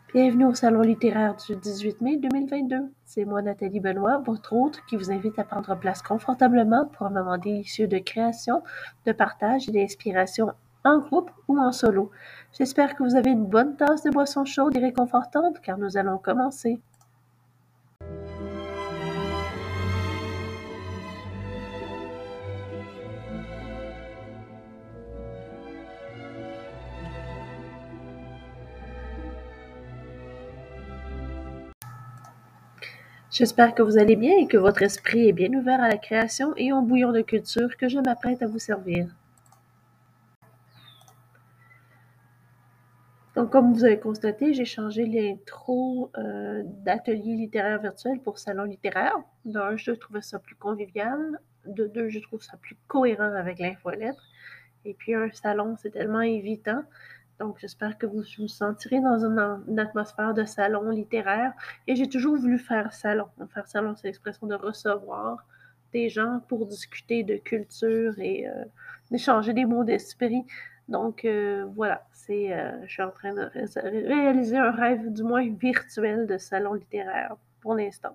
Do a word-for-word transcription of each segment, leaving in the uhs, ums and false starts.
Bienvenue au Salon littéraire du dix-huit mai deux mille vingt-deux. C'est moi, Nathalie Benoît, votre hôte, qui vous invite à prendre place confortablement pour un moment délicieux de création, de partage et d'inspiration en groupe ou en solo. J'espère que vous avez une bonne tasse de boisson chaude et réconfortante, car nous allons commencer. J'espère que vous allez bien et que votre esprit est bien ouvert à la création et au bouillon de culture que je m'apprête à vous servir. Donc, comme vous avez constaté, j'ai changé l'intro euh, d'atelier littéraire virtuel pour salon littéraire. D'un, je trouvais ça plus convivial. De deux, je trouve ça plus cohérent avec l'infolettre. Et puis, un salon, c'est tellement évitant. Donc, j'espère que vous vous sentirez dans une, une atmosphère de salon littéraire. Et j'ai toujours voulu faire salon. Faire salon, c'est l'expression de recevoir des gens pour discuter de culture et euh, d'échanger des mots d'esprit. Donc, euh, voilà, c'est, euh, je suis en train de ré- réaliser un rêve, du moins virtuel, de salon littéraire pour l'instant.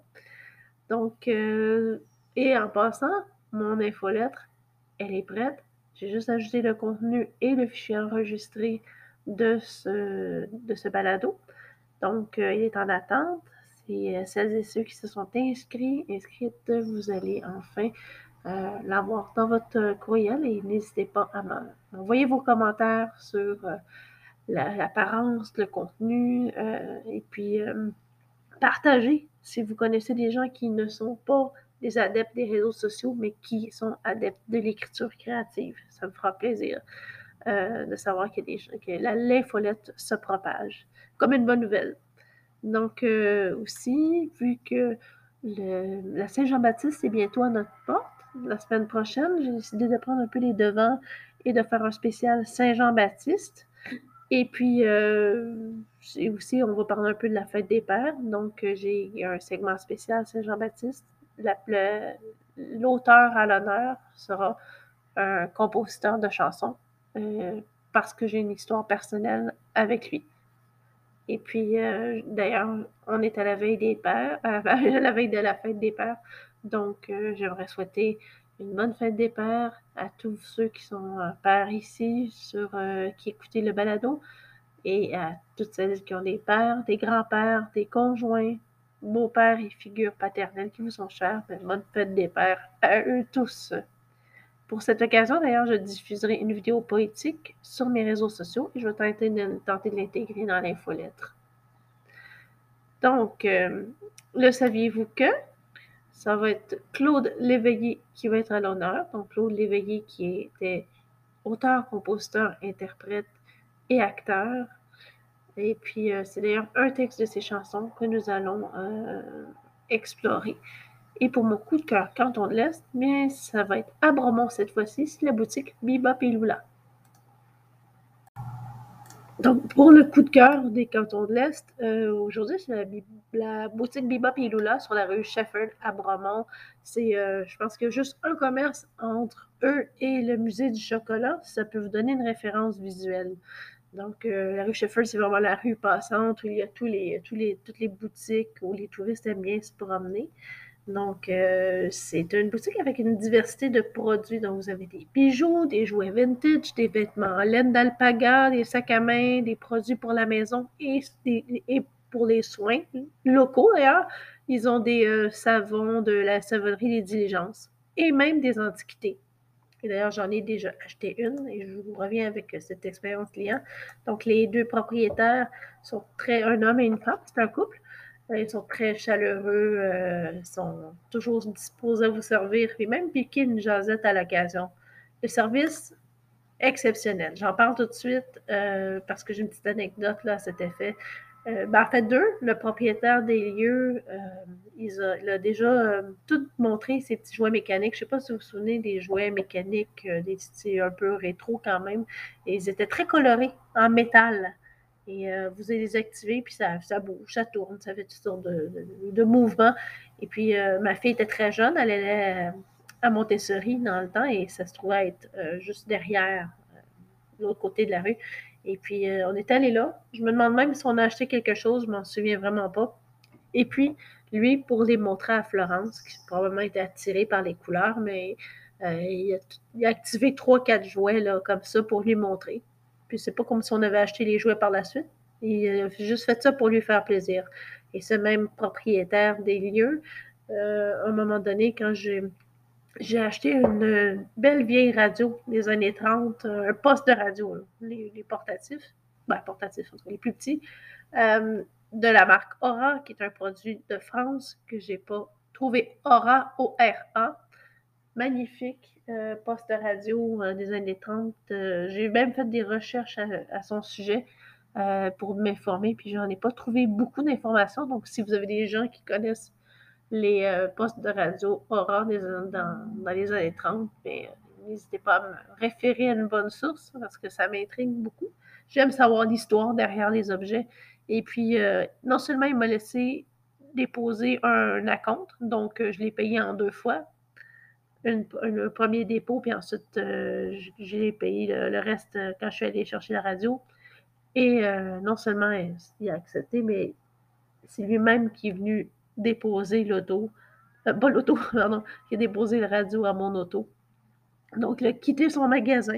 Donc, euh, et en passant, mon infolettre, elle est prête. J'ai juste ajouté le contenu et le fichier enregistré de ce, de ce balado. Donc, euh, il est en attente. C'est euh, celles et ceux qui se sont inscrits, inscrites, vous allez enfin euh, l'avoir dans votre courriel et n'hésitez pas à m'envoyer vos commentaires sur euh, la, l'apparence, le contenu euh, et puis euh, partagez si vous connaissez des gens qui ne sont pas des adeptes des réseaux sociaux, mais qui sont adeptes de l'écriture créative. Ça me fera plaisir euh, de savoir que, des, que la, l'infolette se propage comme une bonne nouvelle. Donc, euh, aussi, vu que le, la Saint-Jean-Baptiste est bientôt à notre porte, la semaine prochaine, j'ai décidé de prendre un peu les devants et de faire un spécial Saint-Jean-Baptiste. Et puis, euh, aussi, on va parler un peu de la fête des pères. Donc, euh, j'ai un segment spécial Saint-Jean-Baptiste. La, le, l'auteur à l'honneur sera un compositeur de chansons euh, parce que j'ai une histoire personnelle avec lui. Et puis, euh, d'ailleurs, on est à la veille des pères, à la veille de la fête des pères. Donc, euh, j'aimerais souhaiter une bonne fête des pères à tous ceux qui sont euh, pères ici, sur, euh, qui écoutent le balado, et à toutes celles qui ont des pères, des grands-pères, des conjoints, beaux-pères et figures paternelles qui vous sont chers. Une bonne fête des pères à eux tous. Pour cette occasion, d'ailleurs, je diffuserai une vidéo poétique sur mes réseaux sociaux et je vais tenter de, tenter de l'intégrer dans l'infolettre. Donc, euh, le saviez-vous que ça va être Claude Léveillé qui va être à l'honneur. Donc, Claude Léveillé qui était auteur, compositeur, interprète et acteur. Et puis, euh, c'est d'ailleurs un texte de ses chansons que nous allons euh, explorer. Et pour mon coup de cœur Canton de l'Est, bien, ça va être à Bromont cette fois-ci, c'est la boutique Bebop et Lula. Donc, pour le coup de cœur des Cantons de l'Est, euh, aujourd'hui, c'est la, la boutique Bebop et Lula sur la rue Shefford à Bromont. C'est, euh, je pense qu'il y a juste un commerce entre eux et le musée du chocolat. Ça peut vous donner une référence visuelle. Donc, euh, la rue Shefford, c'est vraiment la rue passante où il y a tous les, tous les, toutes les boutiques où les touristes aiment bien se promener. Donc, euh, c'est une boutique avec une diversité de produits. Donc, vous avez des bijoux, des jouets vintage, des vêtements en laine d'alpaga, des sacs à main, des produits pour la maison et, des, et pour les soins locaux d'ailleurs. Ils ont des euh, savons, de la savonnerie, des diligences et même des antiquités. Et d'ailleurs, j'en ai déjà acheté une et je vous reviens avec cette expérience client. Donc, les deux propriétaires sont très, un homme et une femme, c'est un couple. Ils sont très chaleureux, euh, sont toujours disposés à vous servir, puis même piquer une jasette à l'occasion. Le service, exceptionnel. J'en parle tout de suite euh, parce que j'ai une petite anecdote là, à cet effet. Euh, ben, en fait, deux, le propriétaire des lieux, euh, il, a, il a déjà euh, tout montré ses petits jouets mécaniques. Je ne sais pas si vous vous souvenez des jouets mécaniques, euh, des petits un peu rétro quand même. Et ils étaient très colorés, en métal. Et euh, vous allez les activer, puis ça, ça bouge, ça tourne, ça fait toutes sortes de, de, de mouvements. Et puis, euh, ma fille était très jeune, elle allait à Montessori dans le temps, et ça se trouvait être euh, juste derrière, euh, de l'autre côté de la rue. Et puis, euh, on est allé là. Je me demande même si on a acheté quelque chose, je m'en souviens vraiment pas. Et puis, lui, pour les montrer à Florence, qui probablement était attiré par les couleurs, mais euh, il, a, il, a, activé trois quatre jouets là, comme ça pour lui montrer. Puis c'est pas comme si on avait acheté les jouets par la suite. Il a juste fait ça pour lui faire plaisir. Et ce même propriétaire des lieux, euh, à un moment donné, quand j'ai, j'ai acheté une belle vieille radio des années trente, un poste de radio, là, les, les portatifs, ben portatifs, les plus petits, euh, de la marque Aura, qui est un produit de France que j'ai pas trouvé. Aura, O R A, magnifique euh, poste de radio euh, des années trente. Euh, j'ai même fait des recherches à, à son sujet euh, pour m'informer, puis j'en ai pas trouvé beaucoup d'informations. Donc, si vous avez des gens qui connaissent les euh, postes de radio Aura des, dans, dans les années trente, mais euh, n'hésitez pas à me référer à une bonne source parce que ça m'intrigue beaucoup. J'aime savoir l'histoire derrière les objets. Et puis, euh, non seulement il m'a laissé déposer un acompte, donc euh, je l'ai payé en deux fois. Une, un premier dépôt, puis ensuite, euh, j'ai payé le, le reste euh, quand je suis allée chercher la radio. Et euh, non seulement il a accepté, mais c'est lui-même qui est venu déposer l'auto, euh, pas l'auto, pardon, qui a déposé le radio à mon auto. Donc, il a quitté son magasin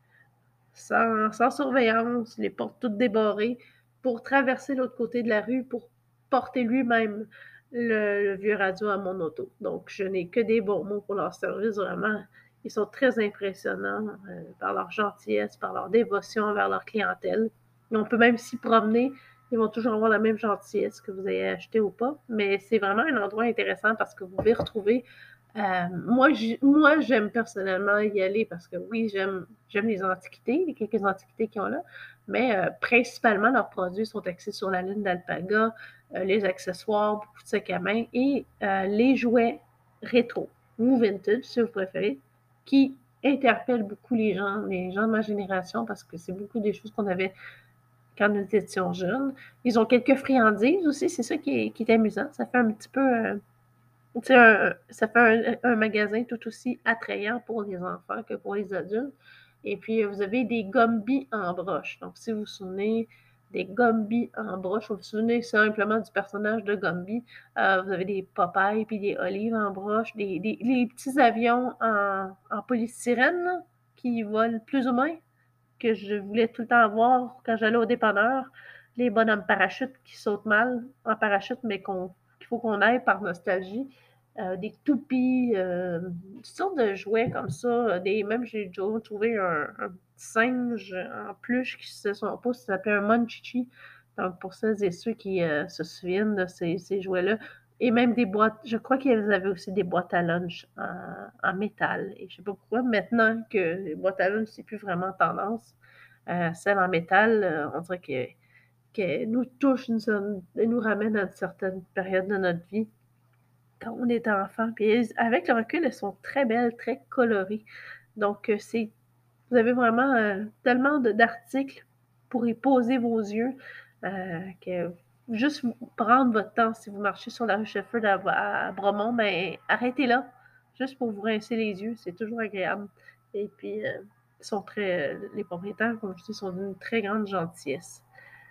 sans, sans surveillance, les portes toutes débarrées, pour traverser l'autre côté de la rue pour porter lui-même le, le vieux radio à mon auto. Donc, je n'ai que des bons mots pour leur service, vraiment. Ils sont très impressionnants euh, par leur gentillesse, par leur dévotion envers leur clientèle. Et on peut même s'y promener, ils vont toujours avoir la même gentillesse que vous ayez acheté ou pas. Mais c'est vraiment un endroit intéressant parce que vous pouvez retrouver euh, moi, moi, j'aime personnellement y aller parce que oui, j'aime, j'aime les antiquités, les quelques antiquités qu'ils ont là, mais euh, principalement, leurs produits sont axés sur la ligne d'Alpaga, euh, les accessoires, beaucoup de sacs à main et euh, les jouets rétro ou vintage, si vous préférez, qui interpellent beaucoup les gens, les gens de ma génération parce que c'est beaucoup des choses qu'on avait quand nous étions jeunes. Ils ont quelques friandises aussi, c'est ça qui est, qui est amusant. Ça fait un petit peu... Euh, un, ça fait un, un, magasin tout aussi attrayant pour les enfants que pour les adultes. Et puis, vous avez des Gumby en broche. Donc, si vous vous souvenez des Gumby en broche, vous vous souvenez simplement du personnage de Gumby, euh, vous avez des Popeye puis des Olives en broche, des, des les petits avions en, en polystyrène qui volent plus ou moins, que je voulais tout le temps avoir quand j'allais au dépanneur. Les bonhommes parachutes qui sautent mal en parachute, mais qu'on, qu'il faut qu'on aille par nostalgie. Euh, des toupies, euh, toutes sortes de jouets comme ça. Des, même j'ai déjà trouvé un, un petit singe en peluche qui se son pouce, ça s'appelait un Monchichi. Donc pour celles et ceux qui euh, se souviennent de ces, ces jouets-là. Et même des boîtes, je crois qu'ils avaient aussi des boîtes à lunch en, en métal. Et je sais pas pourquoi, maintenant que les boîtes à lunch, c'est plus vraiment tendance, euh, celles en métal, euh, on dirait que, que nous touche, nous, nous ramène à une certaine période de notre vie quand on était enfant. Puis avec le recul, elles sont très belles, très colorées. Donc, euh, c'est, vous avez vraiment euh, tellement de, d'articles pour y poser vos yeux euh, que juste prendre votre temps. Si vous marchez sur la rue Shefford à, à Bromont, ben arrêtez là, juste pour vous rincer les yeux. C'est toujours agréable. Et puis, euh, ils sont très, les propriétaires, comme je dis, sont d'une très grande gentillesse.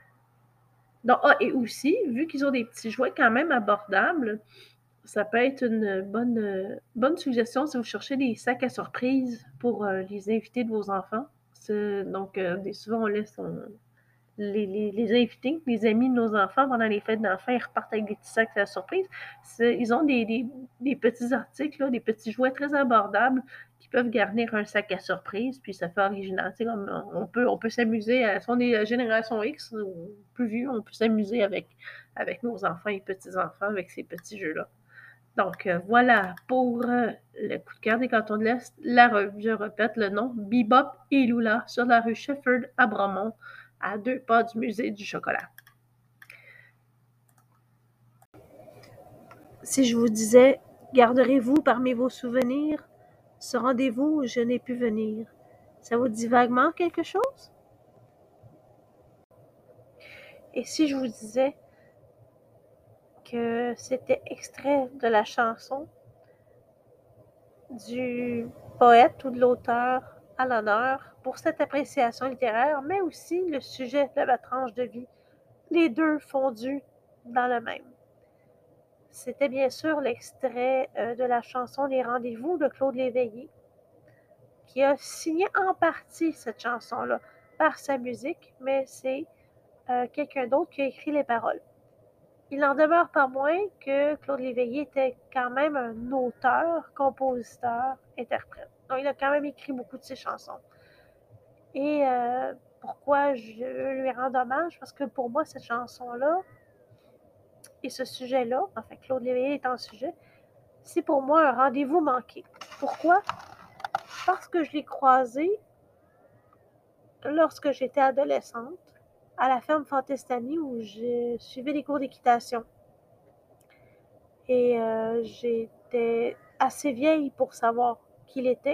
Donc, ah, et aussi, vu qu'ils ont des petits jouets quand même abordables, ça peut être une bonne, euh, bonne suggestion si vous cherchez des sacs à surprise pour euh, les invités de vos enfants. C'est, donc, euh, souvent, on laisse on, les, les, les invités, les amis de nos enfants, pendant les fêtes d'enfants, ils repartent avec des petits sacs à surprise. C'est, ils ont des, des, des petits articles, là, des petits jouets très abordables qui peuvent garnir un sac à surprise, puis ça fait original. Tu sais, comme on, peut, on peut s'amuser, à, si on est génération X ou plus vieux, on peut s'amuser avec, avec nos enfants et petits-enfants avec ces petits jeux-là. Donc, euh, voilà pour euh, le coup de cœur des cantons de l'Est. La revue, je répète le nom, Bebop et Lula, sur la rue Shefford à Bromont, à deux pas du musée du chocolat. Si je vous disais, garderez-vous parmi vos souvenirs ce rendez-vous où je n'ai pu venir, ça vous dit vaguement quelque chose? Et si je vous disais que c'était extrait de la chanson du poète ou de l'auteur à l'honneur pour cette appréciation littéraire, mais aussi le sujet de ma tranche de vie, les deux fondus dans le même. C'était bien sûr l'extrait euh, de la chanson Les Rendez-vous de Claude Léveillé, qui a signé en partie cette chanson-là par sa musique, mais c'est euh, quelqu'un d'autre qui a écrit les paroles. Il n'en demeure pas moins que Claude Léveillé était quand même un auteur, compositeur, interprète. Donc, il a quand même écrit beaucoup de ses chansons. Et euh, pourquoi je lui rends hommage? Parce que pour moi, cette chanson-là et ce sujet-là, enfin, Claude Léveillé est en sujet, c'est pour moi un rendez-vous manqué. Pourquoi? Parce que je l'ai croisé lorsque j'étais adolescente à la ferme Fantestani où je suivais des cours d'équitation. Et euh, j'étais assez vieille pour savoir qui il était,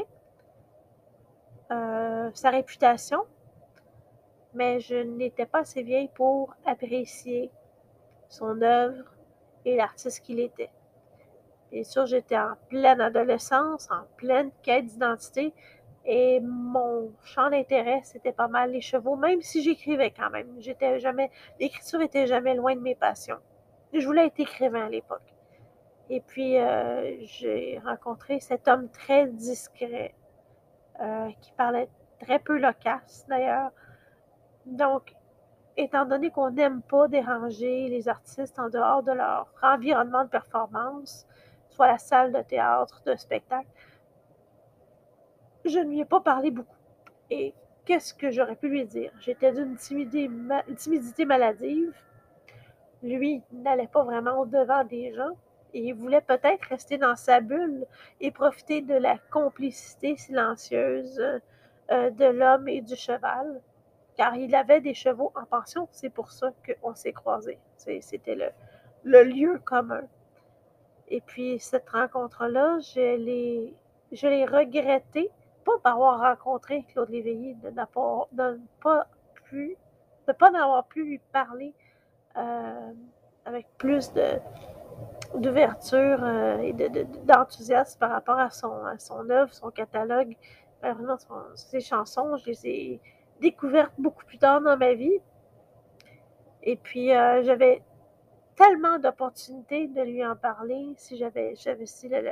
euh, sa réputation, mais je n'étais pas assez vieille pour apprécier son œuvre et l'artiste qu'il était. Bien sûr, j'étais en pleine adolescence, en pleine quête d'identité, et mon champ d'intérêt, c'était pas mal les chevaux, même si j'écrivais quand même. J'étais jamais, l'écriture était jamais loin de mes passions. Je voulais être écrivain à l'époque. Et puis, euh, j'ai rencontré cet homme très discret, euh, qui parlait très peu loquace d'ailleurs. Donc, étant donné qu'on n'aime pas déranger les artistes en dehors de leur environnement de performance, soit la salle de théâtre, de spectacle, je ne lui ai pas parlé beaucoup. Et qu'est-ce que j'aurais pu lui dire? J'étais d'une timidité, timidité maladive. Lui n'allait pas vraiment au-devant des gens. Et il voulait peut-être rester dans sa bulle et profiter de la complicité silencieuse euh, de l'homme et du cheval. Car il avait des chevaux en pension, c'est pour ça qu'on s'est croisés. C'était le, le lieu commun. Et puis, cette rencontre-là, je l'ai, je l'ai regrettée, pas par avoir rencontré Claude Léveillé, de ne pas, de pas pu, de pas n'avoir pu lui parler euh, avec plus de, d'ouverture euh, et de, de, d'enthousiasme par rapport à son, à son œuvre, son catalogue, vraiment son, ses chansons. Je les ai découvertes beaucoup plus tard dans ma vie. Et puis, euh, j'avais tellement d'opportunités de lui en parler si j'avais, j'avais si, le, le,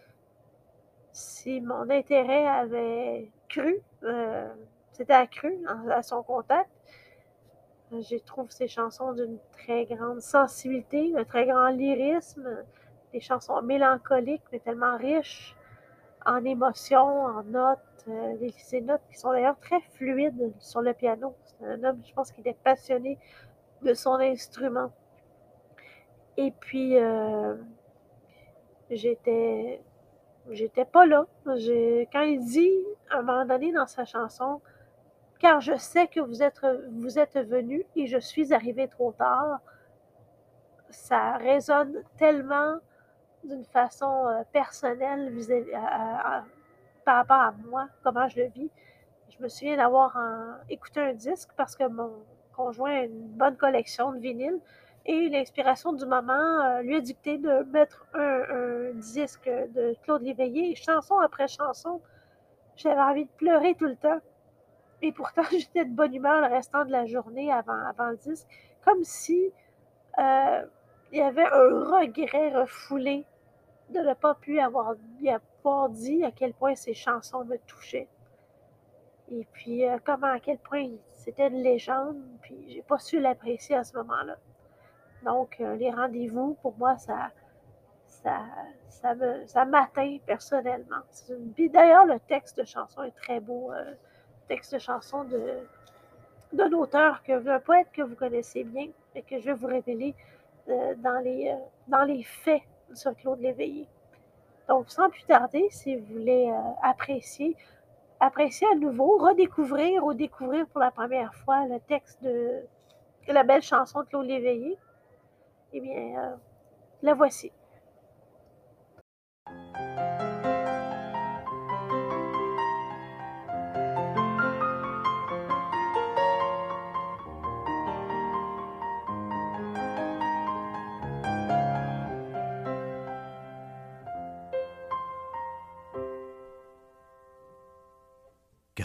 si mon intérêt avait cru, euh, c'était accru à son contact. Je trouve ces chansons d'une très grande sensibilité, d'un très grand lyrisme, des chansons mélancoliques mais tellement riches en émotions, en notes, euh, ces notes qui sont d'ailleurs très fluides sur le piano. C'est un homme, je pense qu'il est passionné de son instrument. Et puis, euh, j'étais, j'étais pas là. J'ai, quand il dit, à un moment donné dans sa chanson, « Car je sais que vous êtes, vous êtes venu et je suis arrivé trop tard », ça résonne tellement d'une façon euh, personnelle vis-à-vis, à, à, par rapport à moi, comment je le vis. Je me souviens d'avoir un, écouté un disque parce que mon conjoint a une bonne collection de vinyles et l'inspiration du moment euh, lui a dicté de mettre un, un disque de Claude Léveillé, chanson après chanson. J'avais envie de pleurer tout le temps. Et pourtant, j'étais de bonne humeur le restant de la journée avant, avant le disque, comme si euh, il y avait un regret refoulé de ne pas pu avoir, avoir dit à quel point ces chansons me touchaient. Et puis, euh, comment, à quel point c'était une légende, puis j'ai pas su l'apprécier à ce moment-là. Donc, euh, les rendez-vous, pour moi, ça, ça, ça, me, ça m'atteint personnellement. Puis d'ailleurs, le texte de chanson est très beau. Euh, texte de chanson de, d'un auteur, que, d'un poète que vous connaissez bien et que je vais vous révéler euh, dans, les, euh, dans les faits sur Claude Léveillé. Donc, sans plus tarder, si vous voulez euh, apprécier, apprécier à nouveau, redécouvrir ou découvrir pour la première fois le texte de la belle chanson de Claude Léveillé, eh bien, euh, la voici.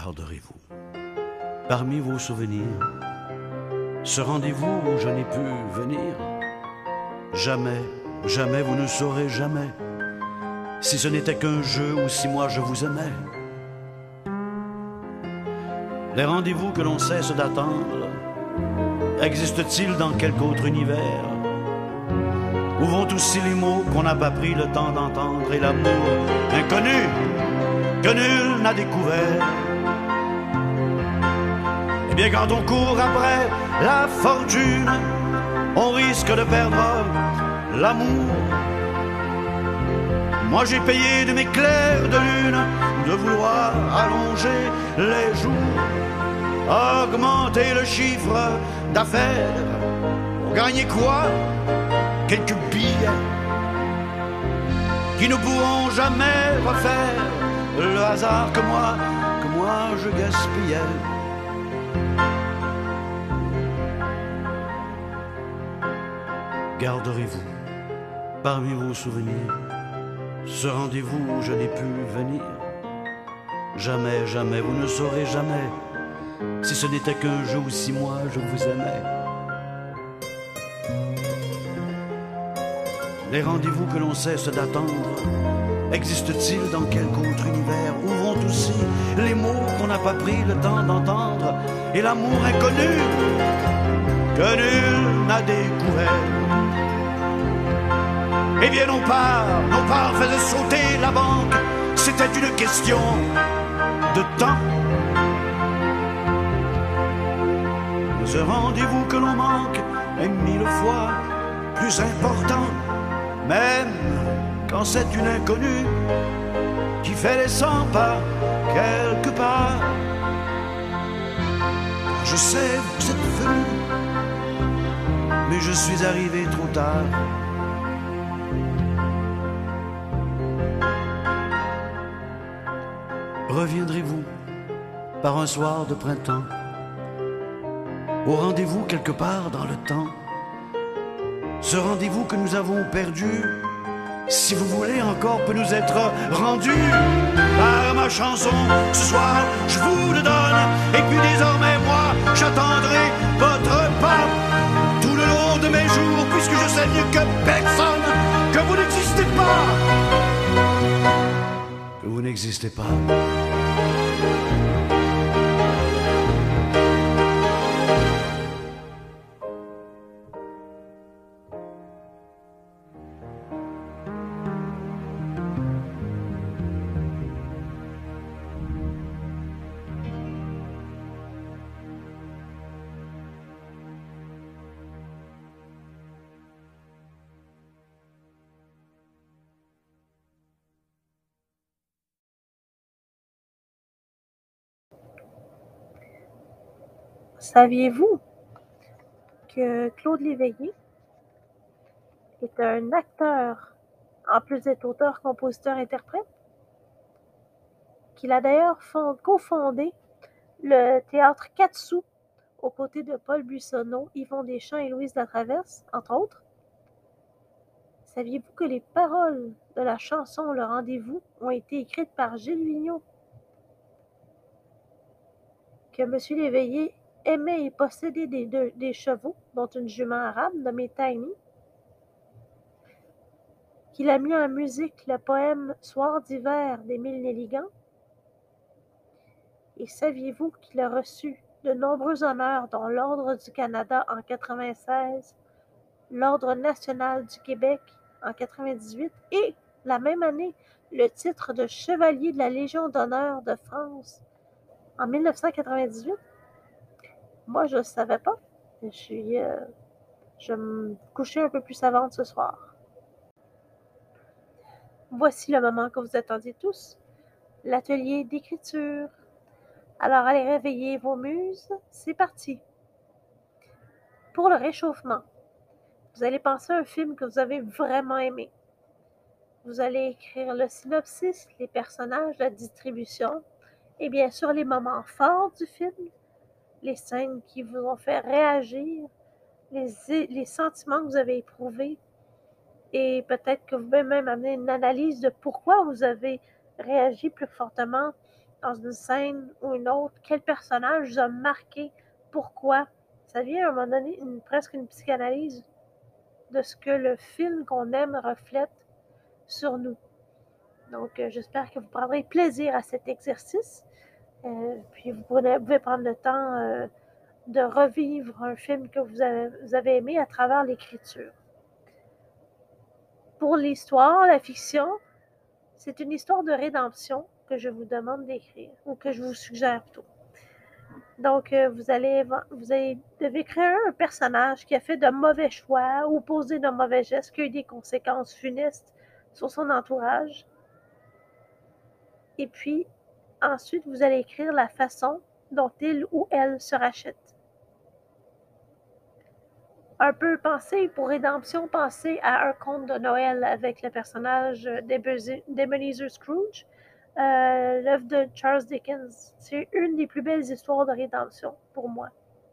garderez-vous parmi vos souvenirs ce rendez-vous où je n'ai pu venir? Jamais, jamais vous ne saurez jamais si ce n'était qu'un jeu ou si moi je vous aimais. Les rendez-vous que l'on cesse d'attendre existent-ils dans quelque autre univers? Où vont aussi les mots qu'on n'a pas pris le temps d'entendre et l'amour inconnu que nul n'a découvert? Eh bien, quand on court après la fortune, on risque de perdre l'amour. Moi j'ai payé de mes clairs de lune de vouloir allonger les jours, augmenter le chiffre d'affaires pour gagner quoi? Quelques billets qui ne pourront jamais refaire le hasard que moi, que moi je gaspillais. Garderez-vous parmi vos souvenirs ce rendez-vous où je n'ai pu venir? Jamais, jamais, vous ne saurez jamais si ce n'était qu'un jeu ou si moi je vous aimais. Les rendez-vous que l'on cesse d'attendre existent-ils dans quelque autre univers? Où vont aussi les mots qu'on n'a pas pris le temps d'entendre et l'amour inconnu que nul n'a découvert? Eh bien nos parts, nos parts faisaient sauter la banque. C'était une question de temps. Mais ce rendez-vous que l'on manque est mille fois plus important, même quand c'est une inconnue qui fait les cent pas quelque part. Car je sais vous êtes venu, mais je suis arrivé trop tard. Reviendrez-vous par un soir de printemps au rendez-vous quelque part dans le temps? Ce rendez-vous que nous avons perdu, si vous voulez encore, peut nous être rendu par ma chanson. Ce soir, je vous le donne, et puis désormais, moi, j'attendrai votre pas tout le long de mes jours, puisque je sais mieux que personne que vous n'existez pas. Que vous n'existez pas. Saviez-vous que Claude Léveillé est un acteur, en plus d'être auteur, compositeur, interprète, qu'il a d'ailleurs cofondé le théâtre quatre sous aux côtés de Paul Buissonneau, Yvon Deschamps et Louise Latraverse, entre autres? Saviez-vous que les paroles de la chanson Le Rendez-vous ont été écrites par Gilles Vigneault? Que M. Léveillé aimait et possédait des, de, des chevaux, dont une jument arabe nommée Tiny, qu'il a mis en musique le poème Soir d'hiver d'Émile Nelligan? Et saviez-vous qu'il a reçu de nombreux honneurs, dont l'Ordre du Canada en quatre-vingt-seize, l'Ordre national du Québec en quatre-vingt-dix-huit et, la même année, le titre de Chevalier de la Légion d'honneur de France en mille neuf cent quatre-vingt-dix-huit? Moi, je ne savais pas. Je suis, euh, je me couchais un peu plus savante ce soir. Voici le moment que vous attendiez tous, l'atelier d'écriture. Alors, allez réveiller vos muses, c'est parti. Pour le réchauffement, vous allez penser à un film que vous avez vraiment aimé. Vous allez écrire le synopsis, les personnages, la distribution et bien sûr les moments forts du film, les scènes qui vous ont fait réagir, les, les sentiments que vous avez éprouvés et peut-être que vous pouvez même amener une analyse de pourquoi vous avez réagi plus fortement dans une scène ou une autre, quel personnage vous a marqué, pourquoi. Ça devient à un moment donné une, presque une psychanalyse de ce que le film qu'on aime reflète sur nous. Donc, euh, j'espère que vous prendrez plaisir à cet exercice. Euh, puis, vous pouvez, vous pouvez prendre le temps euh, de revivre un film que vous avez, vous avez aimé à travers l'écriture. Pour l'histoire, la fiction, c'est une histoire de rédemption que je vous demande d'écrire, ou que je vous suggère plutôt. Donc, euh, vous allez, vous allez, devez créer un personnage qui a fait de mauvais choix ou posé de mauvais gestes, qui a eu des conséquences funestes sur son entourage. Et puis, ensuite, vous allez écrire la façon dont il ou elle se rachète. Un peu pensez, pour rédemption, pensez à Un conte de Noël avec le personnage d'Ebenezer Scrooge, euh, l'œuvre de Charles Dickens. C'est une des plus belles histoires de rédemption pour moi.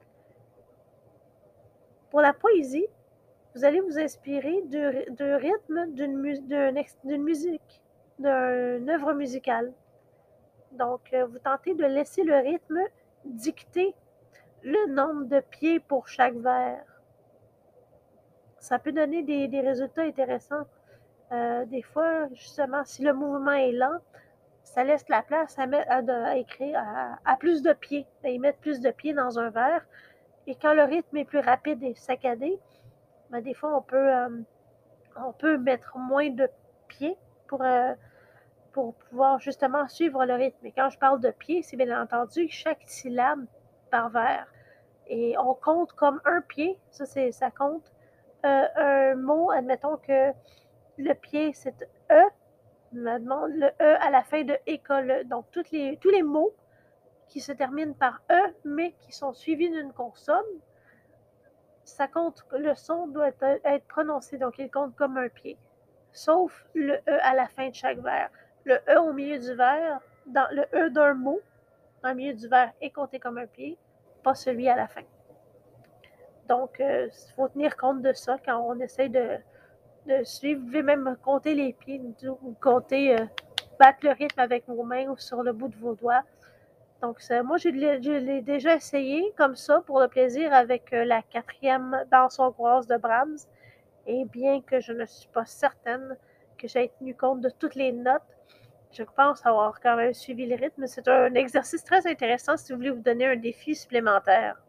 Pour la poésie, vous allez vous inspirer du, du rythme d'une, d'une musique, d'une œuvre musicale. Donc, vous tentez de laisser le rythme dicter le nombre de pieds pour chaque vers. Ça peut donner des, des résultats intéressants. Euh, des fois, justement, si le mouvement est lent, ça laisse la place à, mettre, à, à écrire à, à plus de pieds, à y mettre plus de pieds dans un vers. Et quand le rythme est plus rapide et saccadé, ben, des fois, on peut, euh, on peut mettre moins de pieds pour, euh, pour pouvoir justement suivre le rythme. Et quand je parle de pieds, c'est bien entendu chaque syllabe par vers. Et on compte comme un pied, ça, c'est, ça compte. Euh, un mot, admettons que le pied, c'est E, le E à la fin de école. Donc, toutes les, tous les mots qui se terminent par E, mais qui sont suivis d'une consonne, ça compte, le son doit être, être prononcé, donc il compte comme un pied. Sauf le E à la fin de chaque vers. Le E au milieu du vers, dans le E d'un mot, dans le milieu du vers, est compté comme un pied, pas celui à la fin. Donc, il euh, faut tenir compte de ça quand on essaie de, de suivre. Vous pouvez même compter les pieds, ou compter, euh, battre le rythme avec vos mains ou sur le bout de vos doigts. Donc, ça, moi, je l'ai, je l'ai déjà essayé comme ça pour le plaisir avec euh, la quatrième danse hongroise de Brahms. Et bien que je ne suis pas certaine que j'ai tenu compte de toutes les notes, je pense avoir quand même suivi le rythme. C'est un exercice très intéressant si vous voulez vous donner un défi supplémentaire.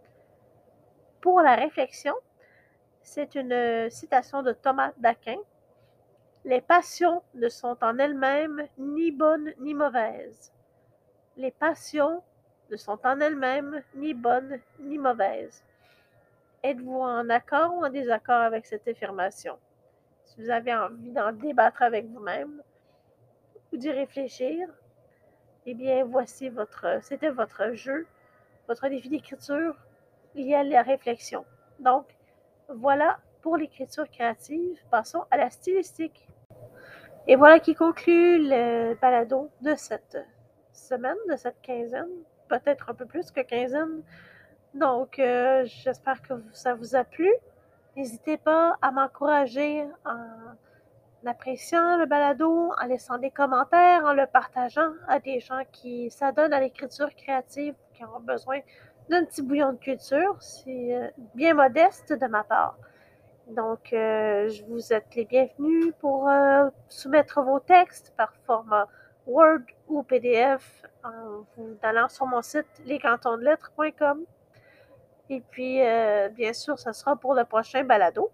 Pour la réflexion, c'est une citation de Thomas d'Aquin. Les passions ne sont en elles-mêmes ni bonnes ni mauvaises. Les passions ne sont en elles-mêmes ni bonnes ni mauvaises. Êtes-vous en accord ou en désaccord avec cette affirmation? Si vous avez envie d'en débattre avec vous-même ou d'y réfléchir, eh bien, voici votre, c'était votre jeu, votre défi d'écriture lié à la réflexion. Donc, voilà pour l'écriture créative. Passons à la stylistique. Et voilà qui conclut le balado de cette semaine, de cette quinzaine, peut-être un peu plus que quinzaine. Donc, euh, j'espère que ça vous a plu. N'hésitez pas à m'encourager en appréciant le balado, en laissant des commentaires, en le partageant à des gens qui s'adonnent à l'écriture créative, qui ont besoin d'un petit bouillon de culture. C'est euh, bien modeste de ma part. Donc, euh, je vous êtes les bienvenus pour euh, soumettre vos textes par format Word ou P D F en vous allant sur mon site les cantons de lettres point com. Et puis, euh, bien sûr, ça sera pour le prochain balado.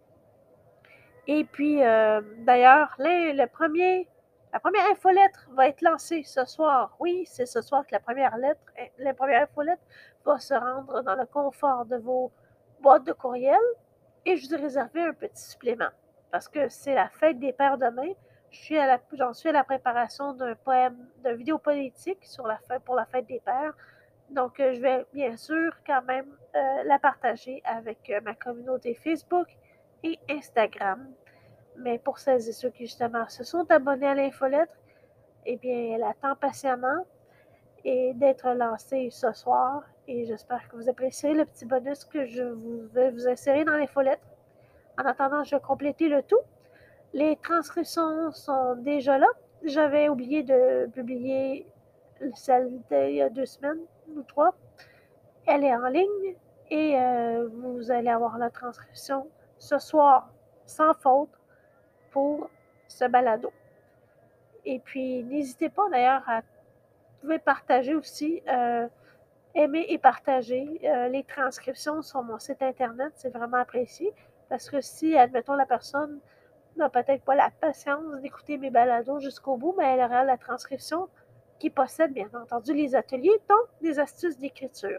Et puis, euh, d'ailleurs, le, le premier, la première infolettre va être lancée ce soir. Oui, c'est ce soir que la première lettre, la première infolettre va se rendre dans le confort de vos boîtes de courriel. Et je vous ai réservé un petit supplément parce que c'est la fête des pères demain. Je suis à la, j'en suis à la préparation d'un poème, d'une vidéo politique sur la fête, pour la fête des pères. Donc, euh, je vais bien sûr quand même euh, la partager avec euh, ma communauté Facebook et Instagram. Mais pour celles et ceux qui justement se sont abonnés à l'infolettre, eh bien, elle attend patiemment et d'être lancée ce soir. Et j'espère que vous apprécierez le petit bonus que je vous vais vous insérer dans l'infolettre. En attendant, je vais compléter le tout. Les transcriptions sont déjà là. J'avais oublié de publier celle d'il y a deux semaines ou trois, elle est en ligne et euh, vous allez avoir la transcription ce soir, sans faute, pour ce balado. Et puis, n'hésitez pas d'ailleurs à vous pouvez partager aussi, euh, aimer et partager euh, les transcriptions sur mon site internet, c'est vraiment apprécié. Parce que si, admettons, la personne n'a peut-être pas la patience d'écouter mes balados jusqu'au bout, mais elle aura la transcription qui possède, bien entendu, les ateliers, donc des astuces d'écriture.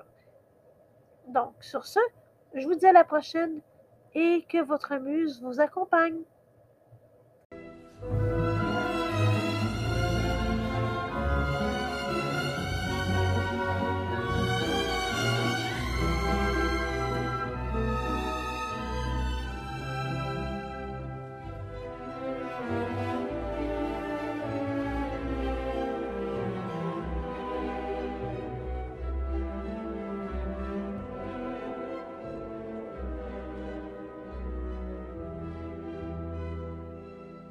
Donc, sur ce, je vous dis à la prochaine et que votre muse vous accompagne.